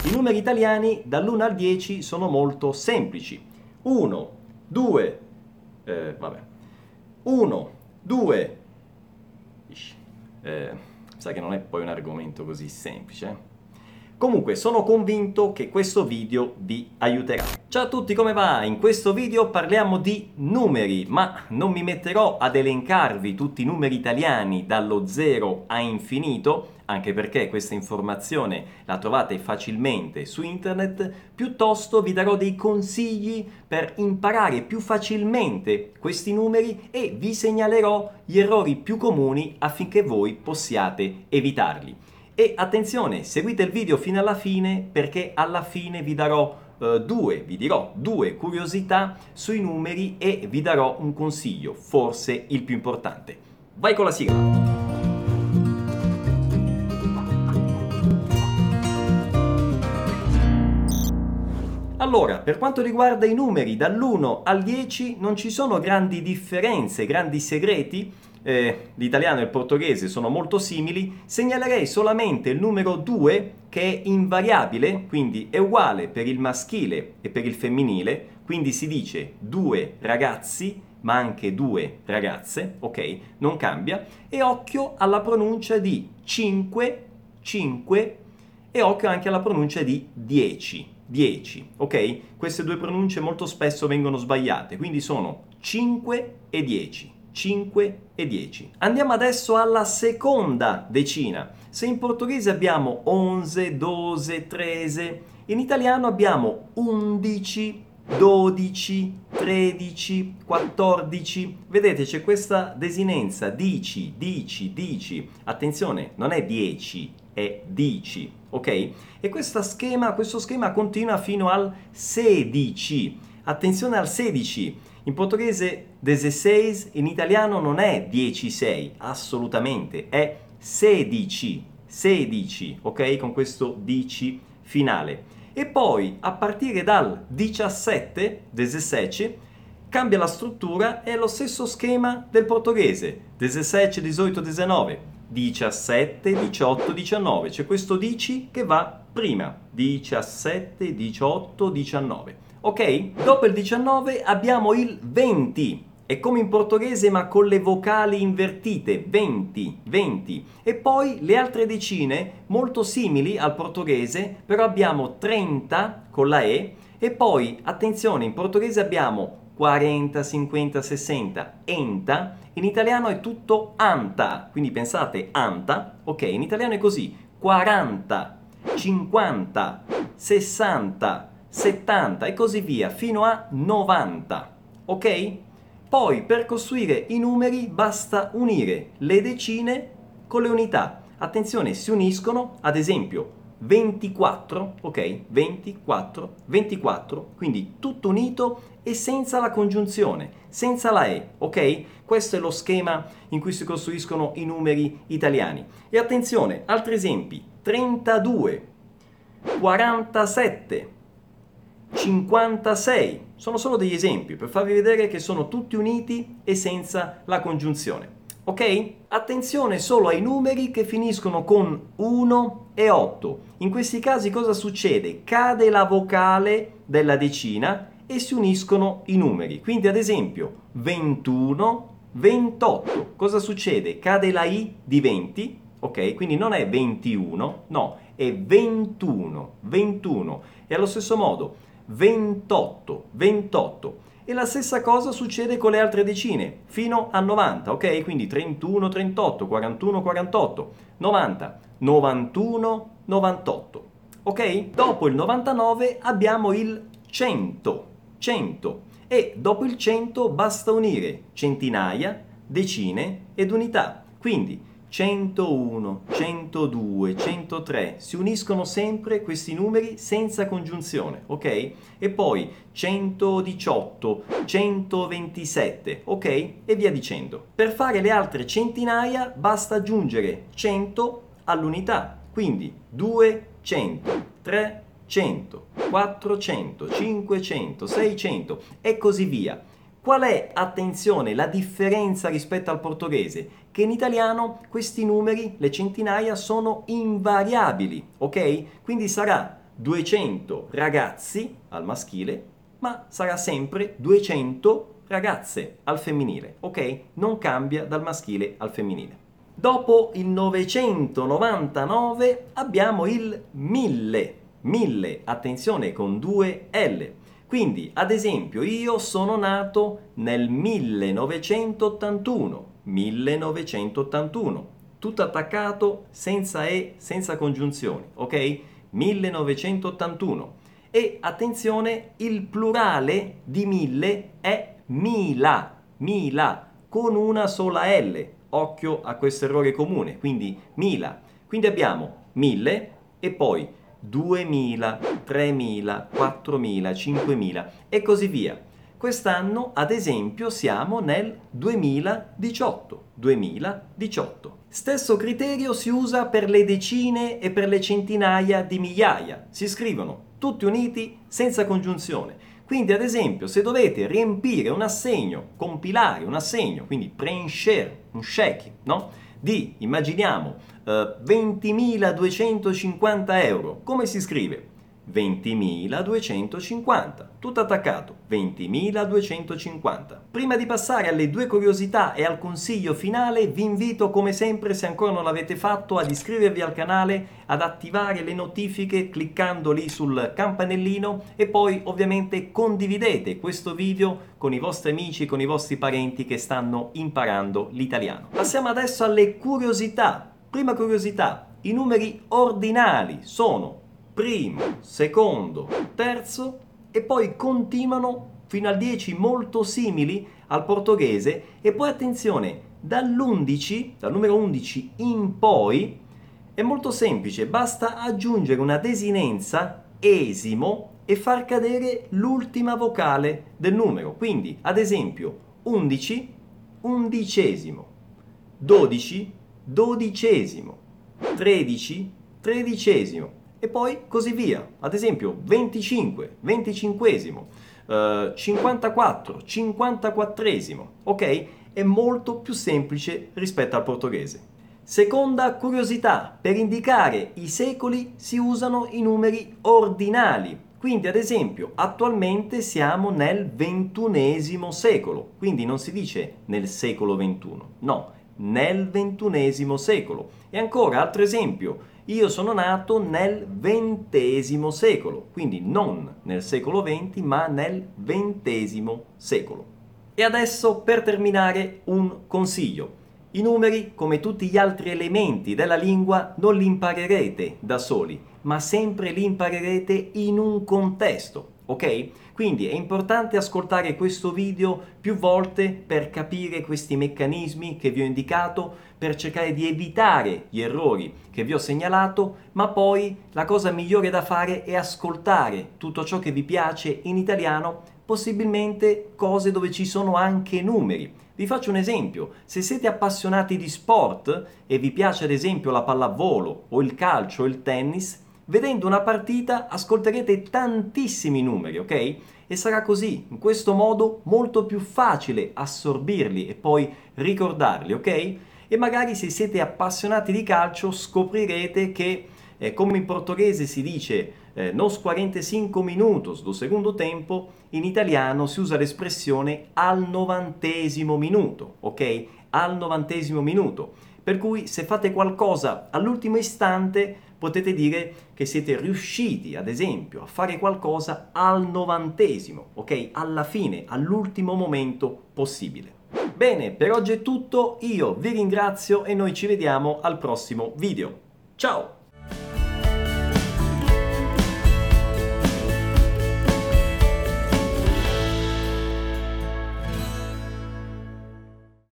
I numeri italiani dall'1 al 10 sono molto semplici. 1, 2, 1, 2, sa che non è poi un argomento così semplice, eh? Comunque sono convinto che questo video vi aiuterà. Ciao a tutti, come va? In questo video parliamo di numeri, ma non mi metterò ad elencarvi tutti i numeri italiani dallo 0 a infinito, anche perché questa informazione la trovate facilmente su internet, piuttosto vi darò dei consigli per imparare più facilmente questi numeri e vi segnalerò gli errori più comuni affinché voi possiate evitarli. E attenzione, seguite il video fino alla fine perché alla fine vi dirò due curiosità sui numeri e vi darò un consiglio, forse il più importante. Vai con la sigla! Allora, per quanto riguarda i numeri dall'1 al 10 non ci sono grandi differenze, grandi segreti. L'italiano e il portoghese sono molto simili, segnalerei solamente il numero 2 che è invariabile, quindi è uguale per il maschile e per il femminile, quindi si dice 2 ragazzi ma anche 2 ragazze, ok? Non cambia. E occhio alla pronuncia di 5, 5 e occhio anche alla pronuncia di 10, 10, ok? Queste due pronunce molto spesso vengono sbagliate, quindi sono 5 e 10. 5 e 10. Andiamo adesso alla seconda decina. Se in portoghese abbiamo 11, 12, 13, in italiano abbiamo 11, 12, 13, 14. Vedete, c'è questa desinenza, dici, dici, dici. Attenzione, non è 10, è dici, ok? E questo schema continua fino al 16. Attenzione al 16. In portoghese 16, in italiano non è 10-6, assolutamente, è 16, 16, ok? Con questo dici finale. E poi a partire dal 17, 17, cambia la struttura, è lo stesso schema del portoghese, 17, 18, 19, 17, 18, 19, c'è questo dici che va prima, 17, 18, 19. Ok? Dopo il 19 abbiamo il 20. È come in portoghese ma con le vocali invertite. 20, 20. E poi le altre decine molto simili al portoghese, però abbiamo 30 con la E. E poi, attenzione, in portoghese abbiamo 40, 50, 60, enta. In italiano è tutto anta. Quindi pensate anta. Ok, in italiano è così. 40, 50, 60, 70 e così via fino a 90, ok? Poi per costruire i numeri basta unire le decine con le unità. Attenzione, si uniscono, ad esempio 24, ok? 24, 24, quindi tutto unito e senza la congiunzione, senza la E, ok? Questo è lo schema in cui si costruiscono i numeri italiani. E attenzione, altri esempi, 32, 47, 56, sono solo degli esempi per farvi vedere che sono tutti uniti e senza la congiunzione. Ok? Attenzione solo ai numeri che finiscono con 1 e 8. In questi casi cosa succede? Cade la vocale della decina e si uniscono i numeri. Quindi ad esempio 21, 28. Cosa succede? Cade la I di 20, ok? Quindi non è 21, no, è 21, 21. E allo stesso modo 28, 28. E la stessa cosa succede con le altre decine, fino a 90, ok? Quindi 31, 38, 41, 48, 90, 91, 98, ok? Dopo il 99 abbiamo il 100, 100. E dopo il 100 basta unire centinaia, decine ed unità. Quindi 101, 102, 103, si uniscono sempre questi numeri senza congiunzione, ok? E poi 118, 127, ok? E via dicendo. Per fare le altre centinaia basta aggiungere 100 all'unità, quindi 200, 300, 400, 500, 600 e così via. Qual è, attenzione, la differenza rispetto al portoghese? Che in italiano questi numeri, le centinaia, sono invariabili, ok? Quindi sarà 200 ragazzi al maschile, ma sarà sempre 200 ragazze al femminile, ok? Non cambia dal maschile al femminile. Dopo il 999 abbiamo il 1000. 1000, attenzione, con due L. Quindi, ad esempio, io sono nato nel 1981. 1981. Tutto attaccato, senza E, senza congiunzioni, ok? 1981. E attenzione, il plurale di 1000 è mila, mila, con una sola L. Occhio a questo errore comune, quindi mila. Quindi abbiamo 1000 e poi 2000, 3000, 4000, 5000 e così via. Quest'anno, ad esempio, siamo nel 2018. 2018. Stesso criterio si usa per le decine e per le centinaia di migliaia. Si scrivono tutti uniti senza congiunzione. Quindi, ad esempio, se dovete riempire un assegno, compilare un assegno, quindi preencher, un check, no? Di, immaginiamo, 20.250 euro, come si scrive? 20.250, tutto attaccato, 20.250. Prima di passare alle due curiosità e al consiglio finale, vi invito come sempre, se ancora non l'avete fatto, ad iscrivervi al canale, ad attivare le notifiche cliccando lì sul campanellino e poi ovviamente condividete questo video con i vostri amici, con i vostri parenti che stanno imparando l'italiano. Passiamo adesso alle curiosità. Prima curiosità, i numeri ordinali sono primo, secondo, terzo e poi continuano fino al 10 molto simili al portoghese e poi attenzione, dall'11, dal numero 11 in poi è molto semplice, basta aggiungere una desinenza, esimo, e far cadere l'ultima vocale del numero. Quindi, ad esempio, 11, undicesimo, 12, dodicesimo, 13, tredicesimo. E poi così via. Ad esempio 25, venticinquesimo, 54, cinquantaquattresimo. Ok? È molto più semplice rispetto al portoghese. Seconda curiosità, per indicare i secoli si usano i numeri ordinali. Quindi ad esempio attualmente siamo nel XXI secolo, quindi non si dice nel secolo XXI, no, nel XXI secolo. E ancora altro esempio, io sono nato nel XX secolo, quindi non nel secolo XX, ma nel XX secolo. E adesso, per terminare, un consiglio. I numeri, come tutti gli altri elementi della lingua, non li imparerete da soli, ma sempre li imparerete in un contesto, ok? Quindi è importante ascoltare questo video più volte per capire questi meccanismi che vi ho indicato, per cercare di evitare gli errori che vi ho segnalato, ma poi la cosa migliore da fare è ascoltare tutto ciò che vi piace in italiano, possibilmente cose dove ci sono anche numeri. Vi faccio un esempio, se siete appassionati di sport e vi piace ad esempio la pallavolo o il calcio o il tennis, vedendo una partita ascolterete tantissimi numeri, ok? E sarà così, in questo modo, molto più facile assorbirli e poi ricordarli, ok? E magari se siete appassionati di calcio scoprirete che, come in portoghese si dice nos 45 minutos do secondo tempo, in italiano si usa l'espressione al 90° minuto, ok? Al 90° minuto. Per cui se fate qualcosa all'ultimo istante potete dire che siete riusciti, ad esempio, a fare qualcosa al 90°, ok? Alla fine, all'ultimo momento possibile. Bene, per oggi è tutto, io vi ringrazio e noi ci vediamo al prossimo video. Ciao!